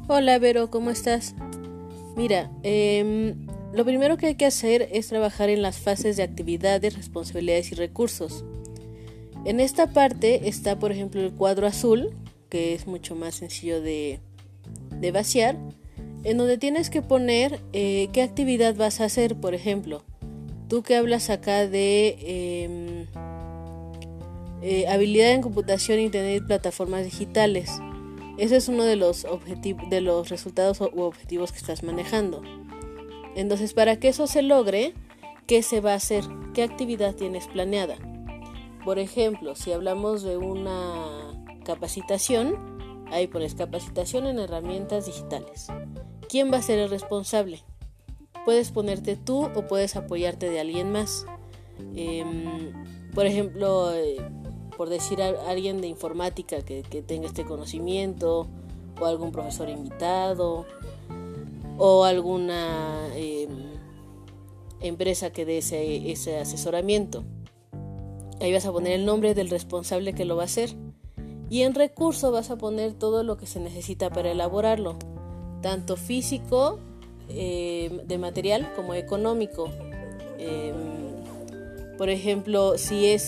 Hola Vero, ¿cómo estás? Mira, lo primero que hay que hacer es trabajar en las fases de actividades, responsabilidades y recursos. En esta parte está, por ejemplo, el cuadro azul, que es mucho más sencillo de vaciar, en donde tienes que poner qué actividad vas a hacer. Por ejemplo, tú que hablas acá de habilidad en computación, internet y plataformas digitales. Ese es uno de los resultados u objetivos que estás manejando. Entonces, para que eso se logre, ¿qué se va a hacer? ¿Qué actividad tienes planeada? Por ejemplo, si hablamos de una capacitación, ahí pones capacitación en herramientas digitales. ¿Quién va a ser el responsable? Puedes ponerte tú o puedes apoyarte de alguien más. Por ejemplo, por decir a alguien de informática que tenga este conocimiento, o algún profesor invitado, o alguna empresa que dé ese asesoramiento. Ahí vas a poner el nombre del responsable que lo va a hacer. Y en recurso vas a poner todo lo que se necesita para elaborarlo, tanto físico, de material, como económico. Por ejemplo, si es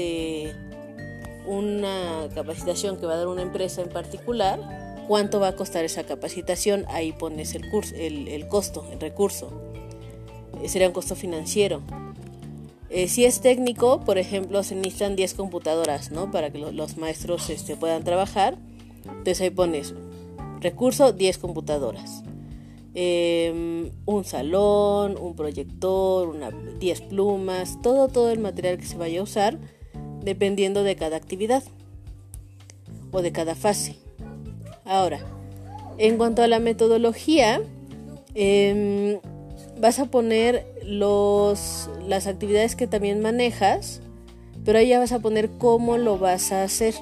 una capacitación que va a dar una empresa en particular, ¿cuánto va a costar esa capacitación? Ahí pones el costo, el recurso. Sería un costo financiero. Si es técnico, por ejemplo, se necesitan 10 computadoras, ¿no? Para que los maestros puedan trabajar. Entonces ahí pones recurso, 10 computadoras. Un salón, un proyector, 10 plumas, todo el material que se vaya a usar, dependiendo de cada actividad o de cada fase. Ahora, en cuanto a la metodología, vas a poner las actividades que también manejas, pero ahí ya vas a poner cómo lo vas a hacer.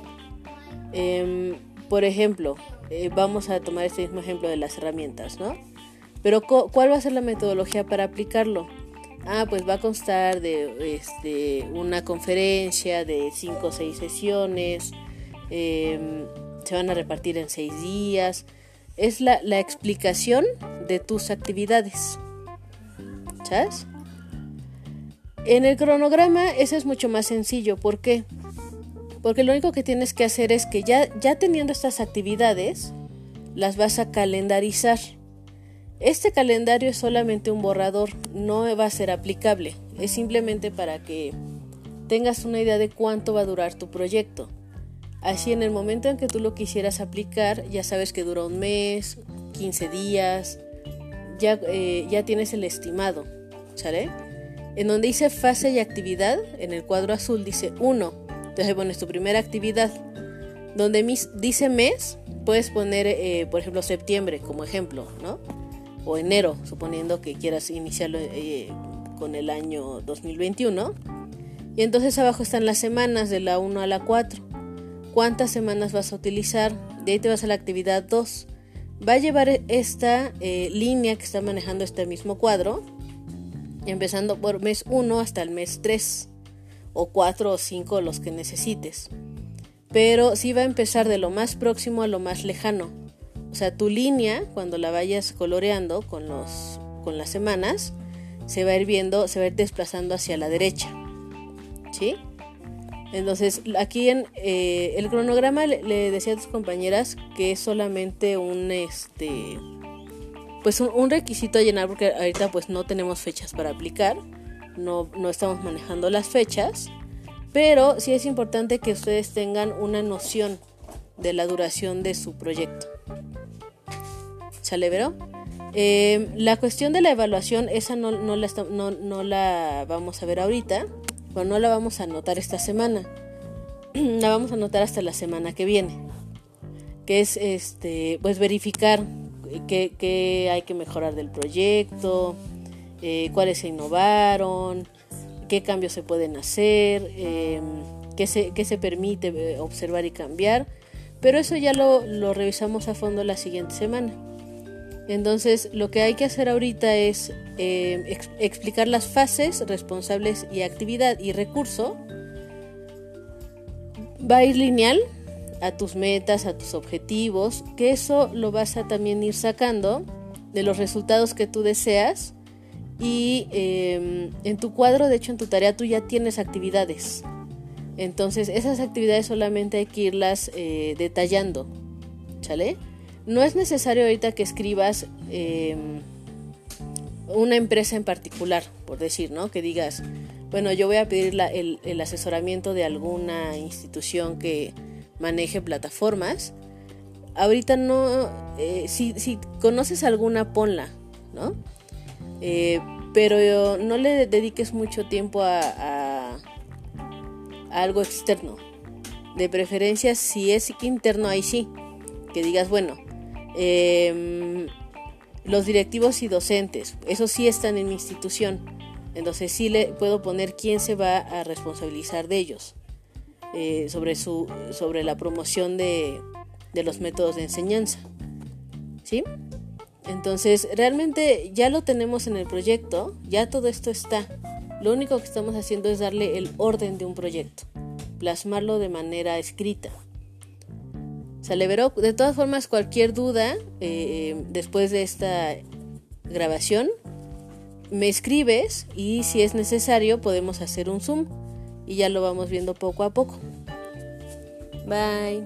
Por ejemplo, vamos a tomar este mismo ejemplo de las herramientas, ¿no? Pero ¿cuál va a ser la metodología para aplicarlo? Pues va a constar de una conferencia de 5 o 6 sesiones, se van a repartir en 6 días. Es la explicación de tus actividades, ¿sabes? En el cronograma eso es mucho más sencillo. ¿Por qué? Porque lo único que tienes que hacer es que ya teniendo estas actividades, las vas a calendarizar. Este calendario es solamente un borrador, no va a ser aplicable. Es simplemente para que tengas una idea de cuánto va a durar tu proyecto. Así, en el momento en que tú lo quisieras aplicar, ya sabes que dura un mes, 15 días, ya tienes el estimado, ¿sale? En donde dice fase y actividad, en el cuadro azul dice 1. Entonces pones tu primera actividad. Donde dice mes, puedes poner, por ejemplo, septiembre como ejemplo, ¿no? O enero, suponiendo que quieras iniciarlo con el año 2021. Y entonces abajo están las semanas de la 1 a la 4. ¿Cuántas semanas vas a utilizar? De ahí te vas a la actividad 2. Va a llevar esta línea que está manejando este mismo cuadro, empezando por mes 1 hasta el mes 3, o 4 o 5, los que necesites. Pero sí va a empezar de lo más próximo a lo más lejano. O sea, tu línea, cuando la vayas coloreando con las semanas, se va a ir desplazando hacia la derecha, ¿sí? Entonces, aquí en el cronograma le decía a tus compañeras que es solamente un requisito a llenar, porque ahorita pues no tenemos fechas para aplicar, no estamos manejando las fechas, pero sí es importante que ustedes tengan una noción de la duración de su proyecto. ¿Sale, Vero? La cuestión de la evaluación, esa no la vamos a ver ahorita, pero no la vamos a anotar esta semana. La vamos a anotar hasta la semana que viene, que es pues verificar qué hay que mejorar del proyecto, cuáles se innovaron, qué cambios se pueden hacer, qué se permite observar y cambiar. Pero eso ya lo revisamos a fondo la siguiente semana. Entonces, lo que hay que hacer ahorita es explicar las fases, responsables y actividad y recurso. Va a ir lineal. a tus metas, a tus objetivos, que eso lo vas a también ir sacando de los resultados que tú deseas. Y en tu cuadro, de hecho en tu tarea, tú ya tienes actividades. Entonces esas actividades solamente hay que irlas detallando, ¿sale? No es necesario ahorita que escribas una empresa en particular, por decir, ¿no? Que digas, bueno, yo voy a pedir el asesoramiento de alguna institución que maneje plataformas. Ahorita no, si conoces alguna, ponla, ¿no? Pero no le dediques mucho tiempo a algo externo. De preferencia, si es interno, ahí sí, que digas, bueno, los directivos y docentes, esos sí están en mi institución, entonces sí le puedo poner quién se va a responsabilizar de ellos, sobre la promoción de los métodos de enseñanza, ¿sí? Entonces realmente ya lo tenemos en el proyecto, ya todo esto está. Lo único que estamos haciendo es darle el orden de un proyecto, plasmarlo de manera escrita. ¿Sale, Vero? De todas formas, cualquier duda después de esta grabación, me escribes y si es necesario podemos hacer un Zoom y ya lo vamos viendo poco a poco. Bye.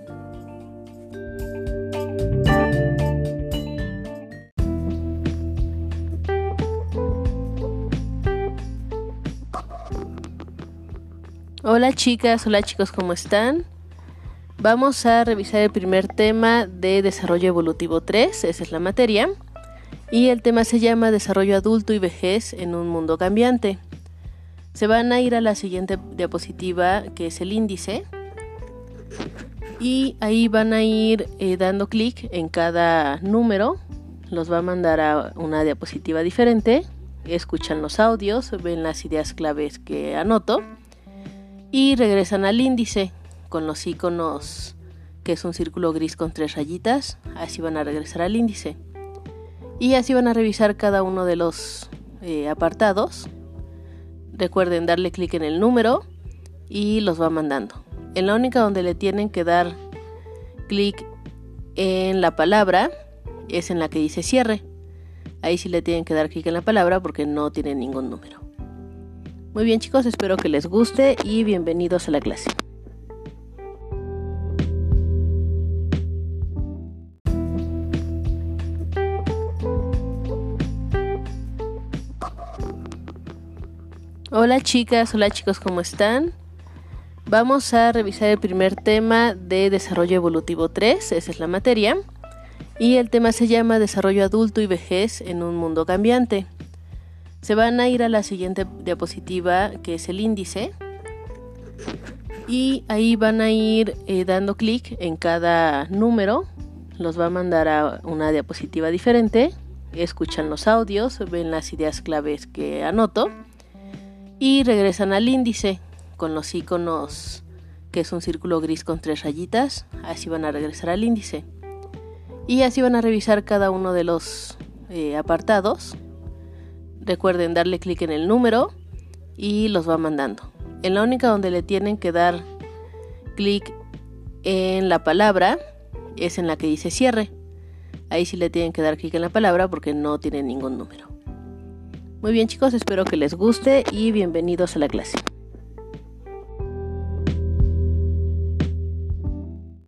Hola chicas, hola chicos, ¿cómo están? Vamos a revisar el primer tema de Desarrollo Evolutivo 3, esa es la materia, y el tema se llama Desarrollo Adulto y Vejez en un Mundo Cambiante. Se van a ir a la siguiente diapositiva, que es el índice, y ahí van a ir dando clic en cada número, los va a mandar a una diapositiva diferente, escuchan los audios, ven las ideas claves que anoto, y regresan al índice con los iconos, que es un círculo gris con 3 rayitas. Así van a regresar al índice y así van a revisar cada uno de los apartados. Recuerden darle clic en el número y los va mandando. En la única donde le tienen que dar clic en la palabra es en la que dice cierre. Ahí sí le tienen que dar clic en la palabra porque no tiene ningún número. Muy bien chicos, espero que les guste y bienvenidos a la clase. Hola chicas, hola chicos, ¿cómo están? Vamos a revisar el primer tema de Desarrollo Evolutivo 3, esa es la materia, y el tema se llama Desarrollo Adulto y Vejez en un Mundo Cambiante. Se van a ir a la siguiente diapositiva, que es el índice, y ahí van a ir dando clic en cada número, los va a mandar a una diapositiva diferente, escuchan los audios, ven las ideas claves que anoto, y regresan al índice con los iconos, que es un círculo gris con 3 rayitas. Así van a regresar al índice y así van a revisar cada uno de los apartados. Recuerden darle clic en el número y los va mandando. En la única donde le tienen que dar clic en la palabra es en la que dice cierre. Ahí sí le tienen que dar clic en la palabra porque no tiene ningún número. Muy bien chicos, espero que les guste y bienvenidos a la clase.